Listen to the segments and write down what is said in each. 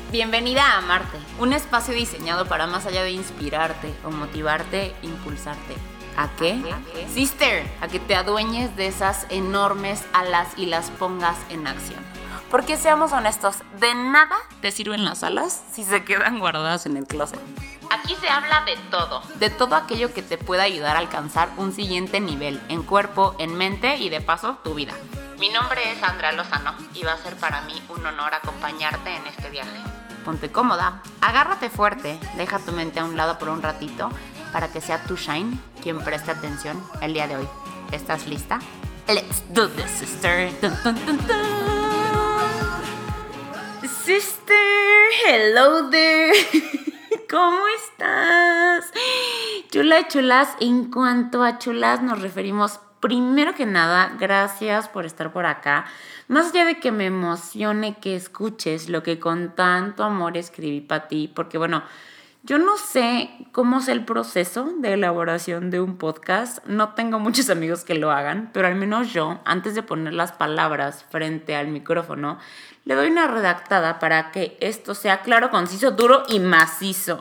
Bienvenida a Amarte, un espacio diseñado para más allá de inspirarte o motivarte, impulsarte. ¿A qué? Sister, a que te adueñes de esas enormes alas y las pongas en acción. Porque seamos honestos, de nada te sirven las alas si se quedan guardadas en el closet. Aquí se habla de todo aquello que te pueda ayudar a alcanzar un siguiente nivel en cuerpo, en mente y de paso tu vida. Mi nombre es Andrea Lozano y va a ser para mí un honor acompañarte en este viaje. Ponte cómoda, agárrate fuerte, deja tu mente a un lado por un ratito para que sea tu Shine quien preste atención el día de hoy. ¿Estás lista? Let's do this, sister. Dun, dun, dun, dun. Sister, hello there. ¿Cómo estás? Chula, chulas, en cuanto a chulas nos referimos, primero que nada, gracias por estar por acá. Más allá de que me emocione que escuches lo que con tanto amor escribí para ti, porque bueno, yo no sé cómo es el proceso de elaboración de un podcast. No tengo muchos amigos que lo hagan, pero al menos yo, antes de poner las palabras frente al micrófono, le doy una redactada para que esto sea claro, conciso, duro y macizo.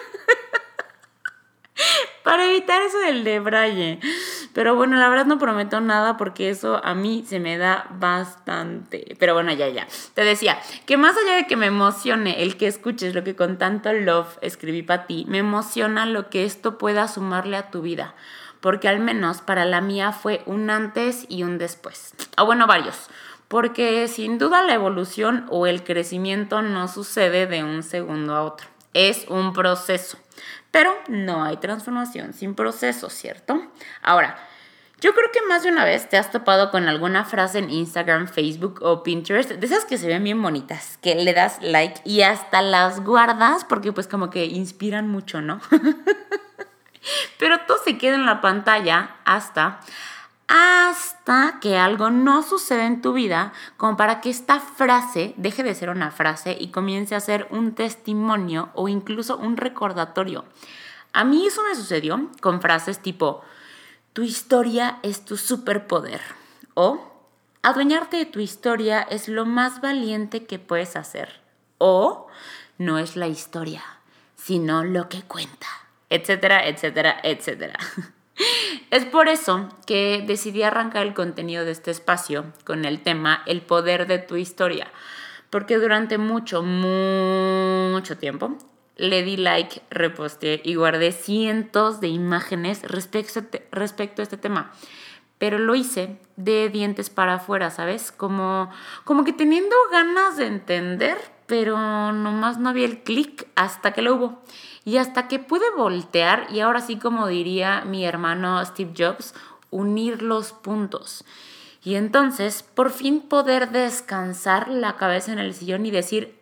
Para evitar eso del debraye. Pero bueno, la verdad no prometo nada porque eso a mí se me da bastante. Pero bueno, ya. Te decía que más allá de que me emocione el que escuches lo que con tanto love escribí para ti, me emociona lo que esto pueda sumarle a tu vida. Porque al menos para la mía fue un antes y un después. O bueno, varios. Porque sin duda la evolución o el crecimiento no sucede de un segundo a otro. Es un proceso. Pero no hay transformación sin proceso, ¿cierto? Ahora, yo creo que más de una vez te has topado con alguna frase en Instagram, Facebook o Pinterest, de esas que se ven bien bonitas, que le das like y hasta las guardas porque pues como que inspiran mucho, ¿no? Pero todo se queda en la pantalla hasta que algo no sucede en tu vida como para que esta frase deje de ser una frase y comience a ser un testimonio o incluso un recordatorio. A mí eso me sucedió con frases tipo, tu historia es tu superpoder, o adueñarte de tu historia es lo más valiente que puedes hacer, o no es la historia, sino lo que cuenta, etcétera, etcétera, etcétera. Es por eso que decidí arrancar el contenido de este espacio con el tema El poder de tu historia, porque durante mucho tiempo le di like, reposteé y guardé cientos de imágenes respecto a este tema. Pero lo hice de dientes para afuera, ¿sabes? Como que teniendo ganas de entender, pero nomás no había el clic hasta que lo hubo. Y hasta que pude voltear, y ahora sí, como diría mi hermano Steve Jobs, unir los puntos. Y entonces, por fin poder descansar la cabeza en el sillón y decir,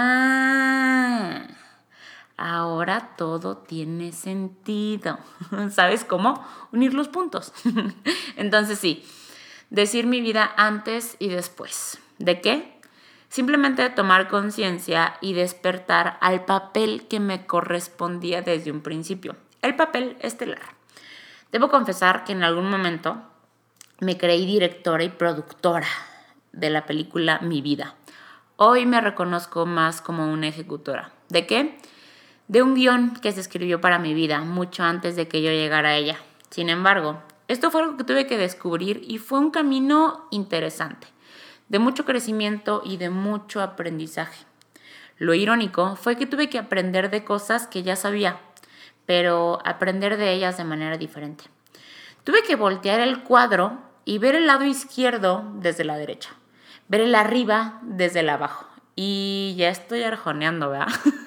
ahora todo tiene sentido. ¿Sabes cómo? Unir los puntos. Entonces sí, decir mi vida antes y después. ¿De qué? Simplemente tomar conciencia y despertar al papel que me correspondía desde un principio, el papel estelar. Debo confesar que en algún momento me creí directora y productora de la película Mi Vida. Hoy me reconozco más como una ejecutora. ¿De qué? De un guión que se escribió para mi vida mucho antes de que yo llegara a ella. Sin embargo, esto fue algo que tuve que descubrir y fue un camino interesante, de mucho crecimiento y de mucho aprendizaje. Lo irónico fue que tuve que aprender de cosas que ya sabía, pero aprender de ellas de manera diferente. Tuve que voltear el cuadro y ver el lado izquierdo desde la derecha, ver el arriba desde el abajo. Y ya estoy arjoneando, ¿verdad?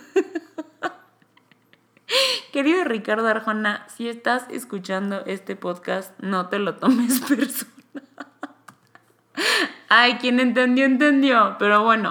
Querido Ricardo Arjona, si estás escuchando este podcast, no te lo tomes personal. Ay, quien entendió, pero bueno.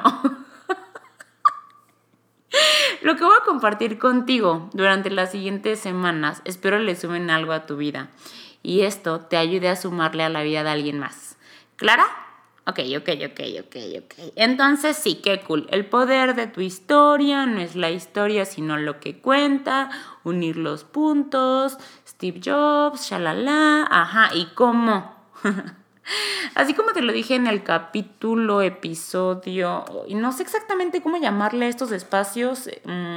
Lo que voy a compartir contigo durante las siguientes semanas, espero le sumen algo a tu vida y esto te ayude a sumarle a la vida de alguien más. ¿Clara? Ok. Entonces sí, qué cool. El poder de tu historia no es la historia, sino lo que cuenta, unir los puntos, Steve Jobs, shalala, ajá, ¿y cómo? Así como te lo dije en el capítulo, episodio, y no sé exactamente cómo llamarle a estos espacios.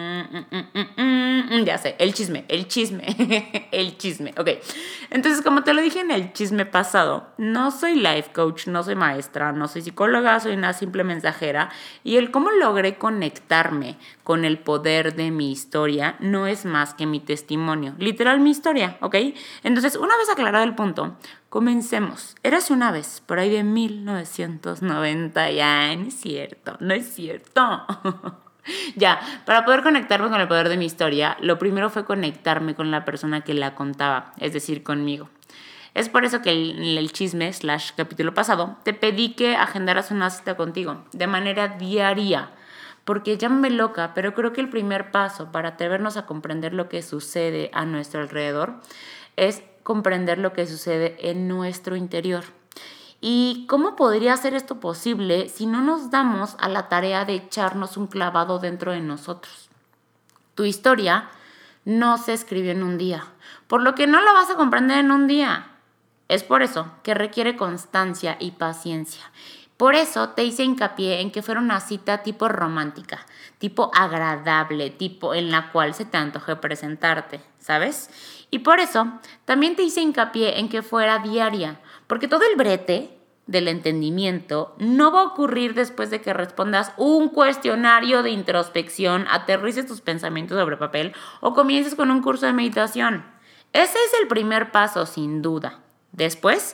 Ya sé, el chisme, el chisme. Ok, entonces como te lo dije en el chisme pasado, no soy life coach, no soy maestra, no soy psicóloga, soy una simple mensajera. Y el cómo logré conectarme con el poder de mi historia no es más que mi testimonio, literal mi historia, ¿ok? Entonces, una vez aclarado el punto, comencemos. Érase una vez, por ahí de 1990, ya, no es cierto, no es cierto. Ya, para poder conectarme con el poder de mi historia, lo primero fue conectarme con la persona que la contaba, es decir, conmigo. Es por eso que en el chisme / capítulo pasado te pedí que agendaras una cita contigo de manera diaria, porque llámame loca, pero creo que el primer paso para atrevernos a comprender lo que sucede a nuestro alrededor es comprender lo que sucede en nuestro interior. ¿Y cómo podría ser esto posible si no nos damos a la tarea de echarnos un clavado dentro de nosotros? Tu historia no se escribió en un día, por lo que no la vas a comprender en un día. Es por eso que requiere constancia y paciencia. Por eso te hice hincapié en que fuera una cita tipo romántica, tipo agradable, tipo en la cual se te antoje presentarte, ¿sabes? Y por eso también te hice hincapié en que fuera diaria, porque todo el brete del entendimiento no va a ocurrir después de que respondas un cuestionario de introspección, aterrices tus pensamientos sobre papel o comiences con un curso de meditación. Ese es el primer paso, sin duda. Después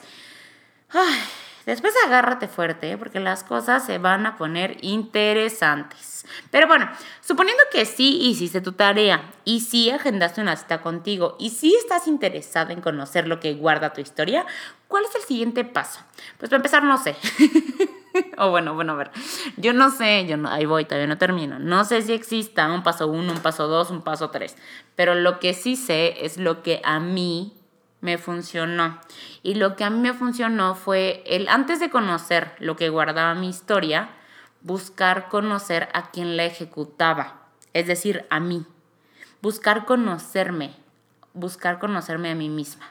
agárrate fuerte, porque las cosas se van a poner interesantes. Pero bueno, suponiendo que sí hiciste tu tarea y sí agendaste una cita contigo y sí estás interesado en conocer lo que guarda tu historia, ¿cuál es el siguiente paso? Pues para empezar, no sé. Bueno, a ver. Yo no sé, ahí voy, todavía no termino. No sé si exista un paso 1, un paso 2, un paso 3. Pero lo que sí sé es lo que a mí me funcionó. Y lo que a mí me funcionó fue antes de conocer lo que guardaba mi historia, buscar conocer a quien la ejecutaba, es decir, a mí. Buscar conocerme a mí misma.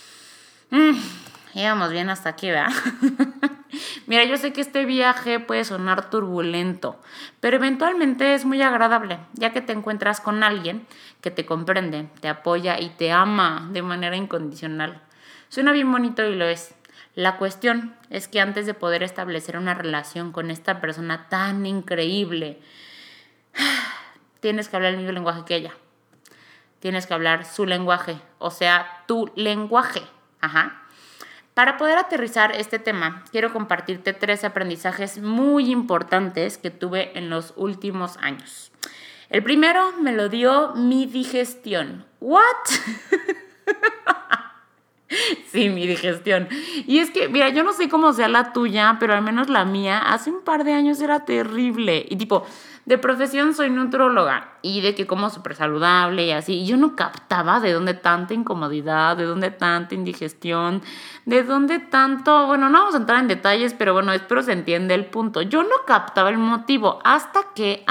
Íbamos bien hasta aquí, ¿verdad? Mira, yo sé que este viaje puede sonar turbulento, pero eventualmente es muy agradable, ya que te encuentras con alguien que te comprende, te apoya y te ama de manera incondicional. Suena bien bonito y lo es. La cuestión es que antes de poder establecer una relación con esta persona tan increíble, tienes que hablar el mismo lenguaje que ella. Tienes que hablar su lenguaje, o sea, tu lenguaje. Ajá. Para poder aterrizar este tema, quiero compartirte 3 aprendizajes muy importantes que tuve en los últimos años. El primero me lo dio mi digestión. ¿What? Sí, mi digestión. Y es que, mira, yo no sé cómo sea la tuya, pero al menos la mía hace un par de años era terrible. Y tipo, de profesión soy nutróloga y de que como súper saludable y así. Y yo no captaba de dónde tanta incomodidad, de dónde tanta indigestión, de dónde tanto... Bueno, no vamos a entrar en detalles, pero bueno, espero se entiende el punto. Yo no captaba el motivo hasta que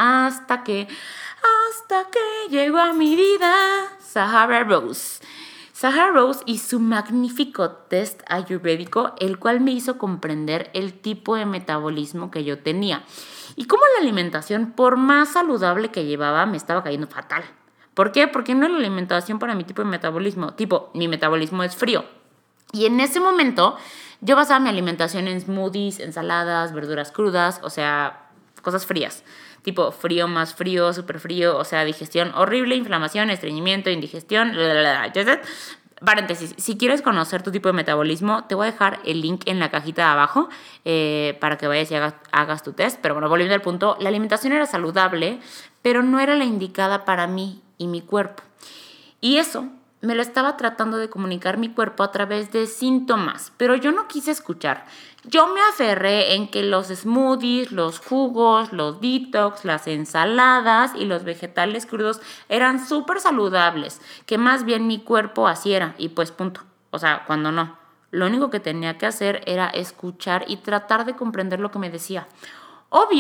llegó a mi vida Sahara Rose. Sahara Rose y su magnífico test ayurvédico, el cual me hizo comprender el tipo de metabolismo que yo tenía y cómo la alimentación, por más saludable que llevaba, me estaba cayendo fatal. ¿Por qué? Porque no es la alimentación para mi tipo de metabolismo. Mi metabolismo es frío. Y en ese momento yo basaba mi alimentación en smoothies, ensaladas, verduras crudas, o sea, cosas frías. Tipo frío más frío, súper frío, o sea, digestión horrible, inflamación, estreñimiento, indigestión, Paréntesis, si quieres conocer tu tipo de metabolismo, te voy a dejar el link en la cajita de abajo para que vayas y hagas tu test. Pero bueno, volviendo al punto, la alimentación era saludable, pero no era la indicada para mí y mi cuerpo. Y eso me lo estaba tratando de comunicar mi cuerpo a través de síntomas, pero yo no quise escuchar. Yo me aferré en que los smoothies, los jugos, los detox, las ensaladas y los vegetales crudos eran súper saludables, que más bien mi cuerpo así era, y pues punto. O sea, cuando no. Lo único que tenía que hacer era escuchar y tratar de comprender lo que me decía. Obvio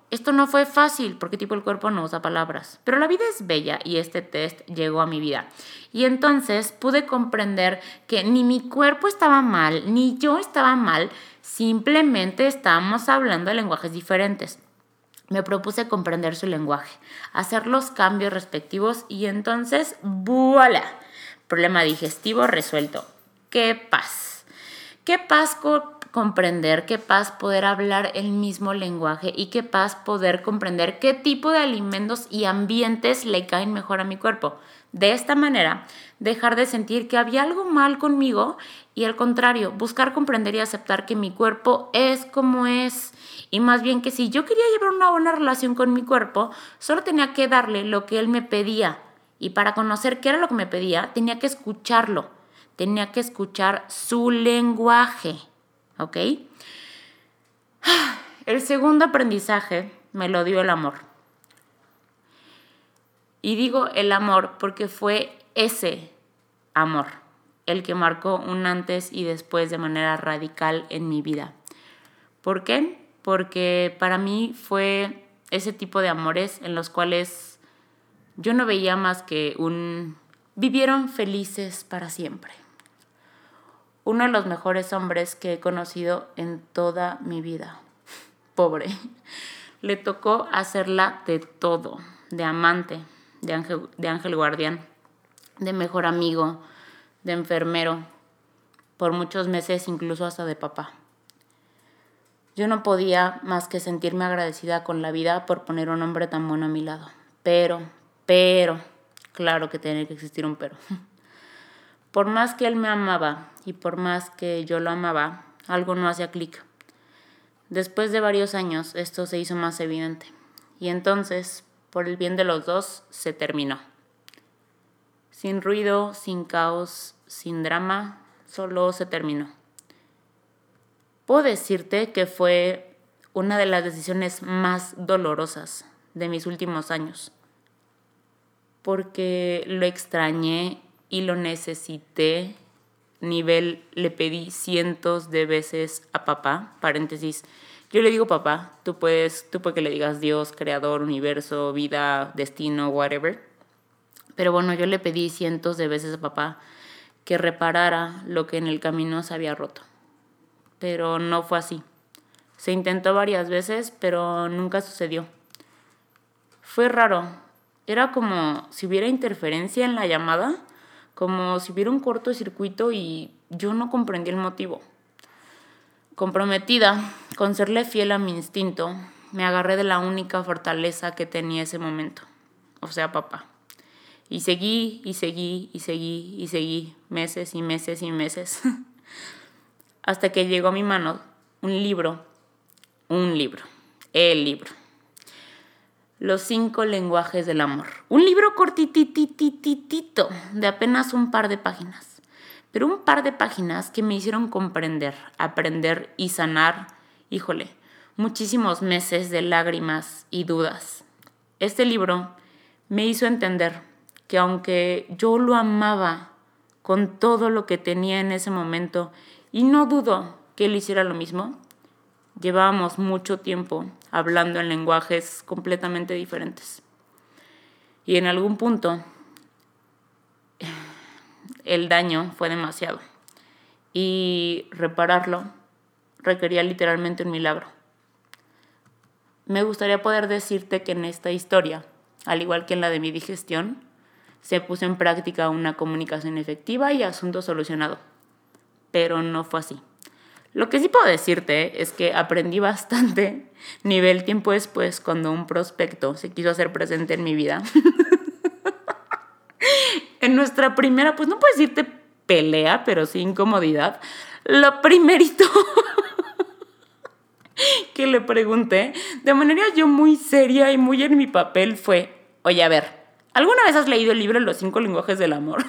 esto no fue fácil porque tipo el cuerpo no usa palabras, pero la vida es bella y este test llegó a mi vida. Y entonces pude comprender que ni mi cuerpo estaba mal, ni yo estaba mal, simplemente estábamos hablando de lenguajes diferentes. Me propuse comprender su lenguaje, hacer los cambios respectivos y entonces, ¡voilà! Problema digestivo resuelto. ¡Qué paz! ¡Qué paz comprender, qué paz poder hablar el mismo lenguaje y qué paz poder comprender qué tipo de alimentos y ambientes le caen mejor a mi cuerpo! De esta manera, dejar de sentir que había algo mal conmigo y al contrario, buscar comprender y aceptar que mi cuerpo es como es. Y más bien que si yo quería llevar una buena relación con mi cuerpo, solo tenía que darle lo que él me pedía. Y para conocer qué era lo que me pedía, tenía que escucharlo. Tenía que escuchar su lenguaje. ¿Ok? El segundo aprendizaje me lo dio el amor. Y digo el amor porque fue ese amor el que marcó un antes y después de manera radical en mi vida. ¿Por qué? Porque para mí fue ese tipo de amores en los cuales yo no veía más que vivieron felices para siempre. Uno de los mejores hombres que he conocido en toda mi vida. Pobre. Le tocó hacerla de todo, de amante, de ángel guardián, de mejor amigo, de enfermero, por muchos meses incluso hasta de papá. Yo no podía más que sentirme agradecida con la vida por poner un hombre tan bueno a mi lado. Pero, claro que tenía que existir un pero. Por más que él me amaba y por más que yo lo amaba, algo no hacía clic. Después de varios años, esto se hizo más evidente. Y entonces, por el bien de los dos, se terminó. Sin ruido, sin caos, sin drama, solo se terminó. Puedo decirte que fue una de las decisiones más dolorosas de mis últimos años, porque lo extrañé y lo necesité. Le pedí cientos de veces a papá, paréntesis, yo le digo papá, tú puedes que le digas Dios, creador, universo, vida, destino, whatever. Pero bueno, yo le pedí cientos de veces a papá que reparara lo que en el camino se había roto. Pero no fue así. Se intentó varias veces, pero nunca sucedió. Fue raro. Era como si hubiera interferencia en la llamada, como si hubiera un cortocircuito y yo no comprendí el motivo. Comprometida con serle fiel a mi instinto, me agarré de la única fortaleza que tenía ese momento, o sea, papá. Y seguí, meses y meses y meses, hasta que llegó a mi mano el libro, Los 5 lenguajes del amor. Un libro cortititititito, de apenas un par de páginas. Pero un par de páginas que me hicieron comprender, aprender y sanar, muchísimos meses de lágrimas y dudas. Este libro me hizo entender que aunque yo lo amaba con todo lo que tenía en ese momento, y no dudo que él hiciera lo mismo, llevábamos mucho tiempo hablando en lenguajes completamente diferentes. Y en algún punto el daño fue demasiado. Y repararlo requería literalmente un milagro. Me gustaría poder decirte que en esta historia, al igual que en la de mi digestión, se puso en práctica una comunicación efectiva y asunto solucionado. Pero no fue así. Lo que sí puedo decirte es que aprendí bastante nivel tiempo después cuando un prospecto se quiso hacer presente en mi vida. En nuestra primera, pues no puedo decirte pelea, pero sí incomodidad. Lo primerito que le pregunté, de manera yo muy seria y muy en mi papel, fue: oye, a ver, ¿alguna vez has leído el libro Los 5 lenguajes del amor?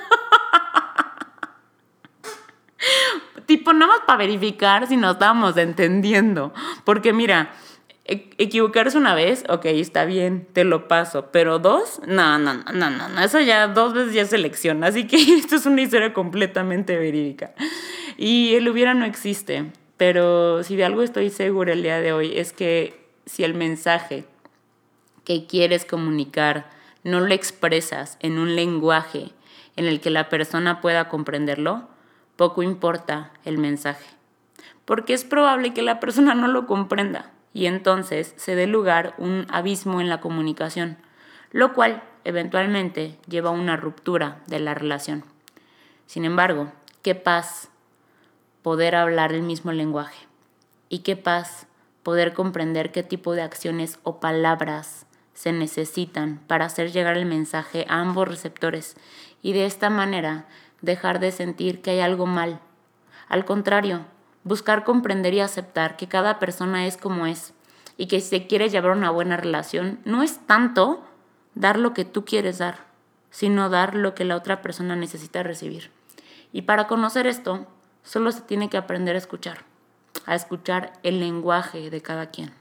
Tipo, nada más para verificar si nos estábamos entendiendo. Porque mira, equivocarse una vez, ok, está bien, te lo paso. Pero 2, no. Eso ya 2 veces ya es elección. Así que esto es una historia completamente verídica. Y el hubiera no existe. Pero si de algo estoy segura el día de hoy es que si el mensaje que quieres comunicar no lo expresas en un lenguaje en el que la persona pueda comprenderlo, poco importa el mensaje, porque es probable que la persona no lo comprenda y entonces se dé lugar un abismo en la comunicación, lo cual eventualmente lleva a una ruptura de la relación. Sin embargo, qué paz poder hablar el mismo lenguaje y qué paz poder comprender qué tipo de acciones o palabras se necesitan para hacer llegar el mensaje a ambos receptores y de esta manera dejar de sentir que hay algo mal. Al contrario, buscar comprender y aceptar que cada persona es como es y que si se quiere llevar una buena relación no es tanto dar lo que tú quieres dar, sino dar lo que la otra persona necesita recibir. Y para conocer esto, solo se tiene que aprender a escuchar el lenguaje de cada quien.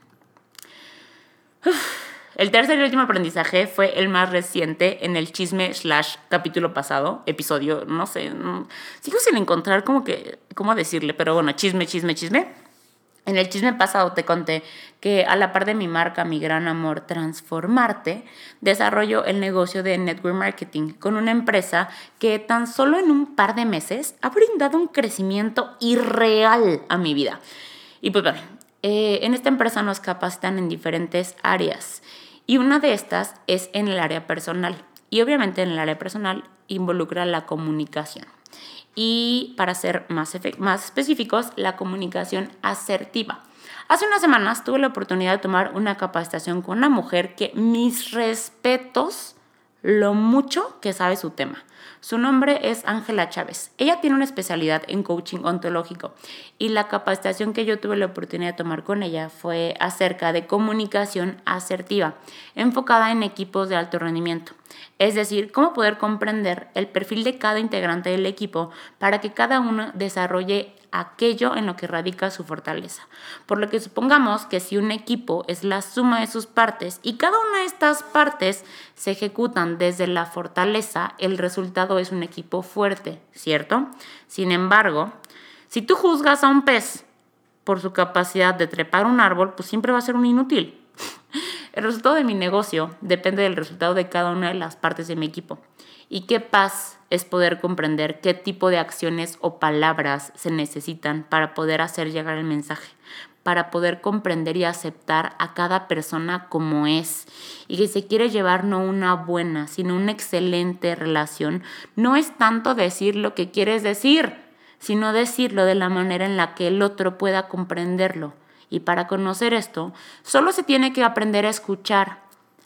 El tercer y último aprendizaje fue el más reciente en el chisme / capítulo pasado, episodio, no sé, sigo sin encontrar cómo decirle, pero bueno, chisme. En el chisme pasado te conté que a la par de mi marca, mi gran amor, Transformarte, desarrollo el negocio de network marketing con una empresa que tan solo en un par de meses ha brindado un crecimiento irreal a mi vida. Y pues bueno, en esta empresa nos capacitan en diferentes áreas y una de estas es en el área personal. Y obviamente en el área personal involucra la comunicación. Y para ser más específicos, la comunicación asertiva. Hace unas semanas tuve la oportunidad de tomar una capacitación con una mujer que mis respetos lo mucho que sabe su tema. Su nombre es Ángela Chávez. Ella tiene una especialidad en coaching ontológico y la capacitación que yo tuve la oportunidad de tomar con ella fue acerca de comunicación asertiva, enfocada en equipos de alto rendimiento. Es decir, cómo poder comprender el perfil de cada integrante del equipo para que cada uno desarrolle aquello en lo que radica su fortaleza. Por lo que supongamos que si un equipo es la suma de sus partes y cada una de estas partes se ejecutan desde la fortaleza, el resultado es un equipo fuerte, ¿cierto? Sin embargo, si tú juzgas a un pez por su capacidad de trepar un árbol, pues siempre va a ser un inútil. El resultado de mi negocio depende del resultado de cada una de las partes de mi equipo. Y qué paz es poder comprender qué tipo de acciones o palabras se necesitan para poder hacer llegar el mensaje, para poder comprender y aceptar a cada persona como es. Y que se quiere llevar no una buena, sino una excelente relación. No es tanto decir lo que quieres decir, sino decirlo de la manera en la que el otro pueda comprenderlo. Y para conocer esto, solo se tiene que aprender a escuchar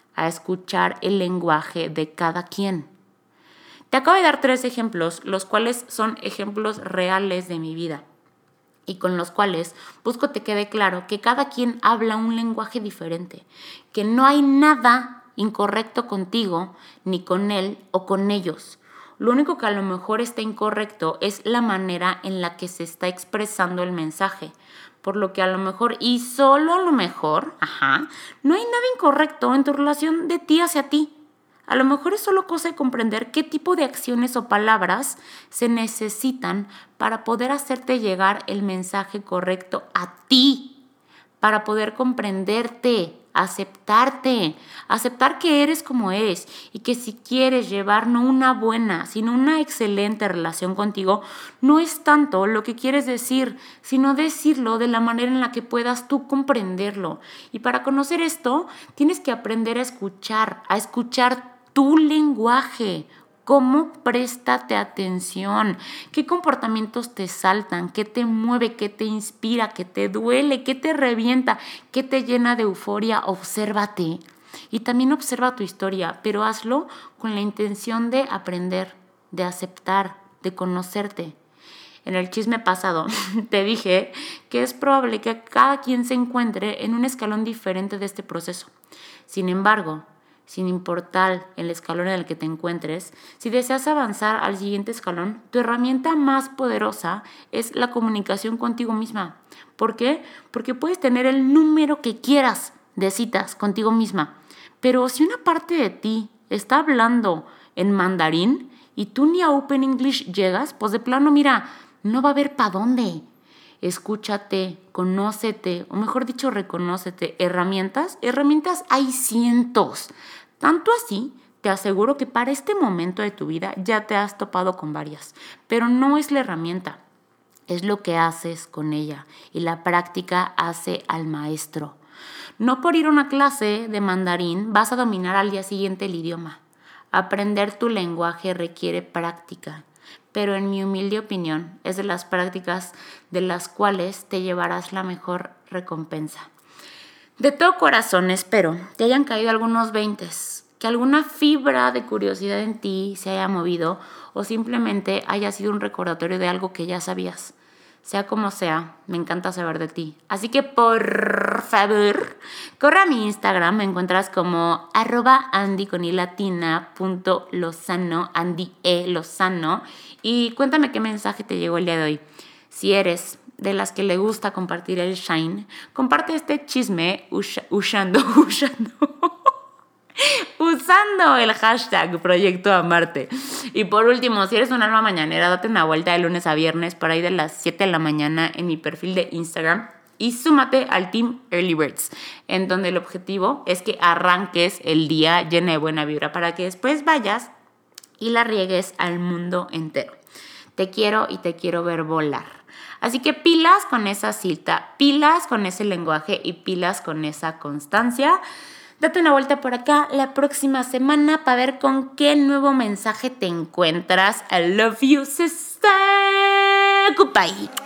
el lenguaje de cada quien. Te acabo de dar 3 ejemplos, los cuales son ejemplos reales de mi vida y con los cuales busco te quede claro que cada quien habla un lenguaje diferente, que no hay nada incorrecto contigo, ni con él o con ellos. Lo único que a lo mejor está incorrecto es la manera en la que se está expresando el mensaje. Por lo que a lo mejor, y solo a lo mejor, no hay nada incorrecto en tu relación de ti hacia ti. A lo mejor es solo cosa de comprender qué tipo de acciones o palabras se necesitan para poder hacerte llegar el mensaje correcto a ti, para poder comprenderte, aceptarte, aceptar que eres como eres y que si quieres llevar no una buena, sino una excelente relación contigo, no es tanto lo que quieres decir, sino decirlo de la manera en la que puedas tú comprenderlo. Y para conocer esto, tienes que aprender a escuchar tu lenguaje. ¿Cómo? Préstate atención. ¿Qué comportamientos te saltan? ¿Qué te mueve? ¿Qué te inspira? ¿Qué te duele? ¿Qué te revienta? ¿Qué te llena de euforia? Obsérvate. Y también observa tu historia, pero hazlo con la intención de aprender, de aceptar, de conocerte. En el chisme pasado te dije que es probable que cada quien se encuentre en un escalón diferente de este proceso. Sin embargo, sin importar el escalón en el que te encuentres, si deseas avanzar al siguiente escalón, tu herramienta más poderosa es la comunicación contigo misma. ¿Por qué? Porque puedes tener el número que quieras de citas contigo misma, pero si una parte de ti está hablando en mandarín y tú ni a Open English llegas, pues de plano, mira, no va a haber para dónde. escúchate, conócete, o mejor dicho, reconócete. Herramientas hay cientos. Tanto así, te aseguro que para este momento de tu vida ya te has topado con varias, pero no es la herramienta, es lo que haces con ella, y la práctica hace al maestro. No por ir a una clase de mandarín vas a dominar al día siguiente el idioma. Aprender tu lenguaje requiere práctica, pero en mi humilde opinión es de las prácticas de las cuales te llevarás la mejor recompensa. De todo corazón espero te hayan caído algunos veintes, que alguna fibra de curiosidad en ti se haya movido o simplemente haya sido un recordatorio de algo que ya sabías. Sea como sea, me encanta saber de ti. Así que por favor, corre a mi Instagram, me encuentras como @andy_lozano, Andy Lozano, y cuéntame qué mensaje te llegó el día de hoy. Si eres de las que le gusta compartir el shine, comparte este chisme usando el hashtag Proyecto Amarte. Y por último, si eres un alma mañanera, date una vuelta de lunes a viernes por ahí de las 7 de la mañana en mi perfil de Instagram y súmate al Team Early Birds, en donde el objetivo es que arranques el día llena de buena vibra para que después vayas y la riegues al mundo entero. Te quiero y te quiero ver volar. Así que pilas con esa cita, pilas con ese lenguaje y pilas con esa constancia. Date una vuelta por acá la próxima semana para ver con qué nuevo mensaje te encuentras. I love you, sister. Goodbye.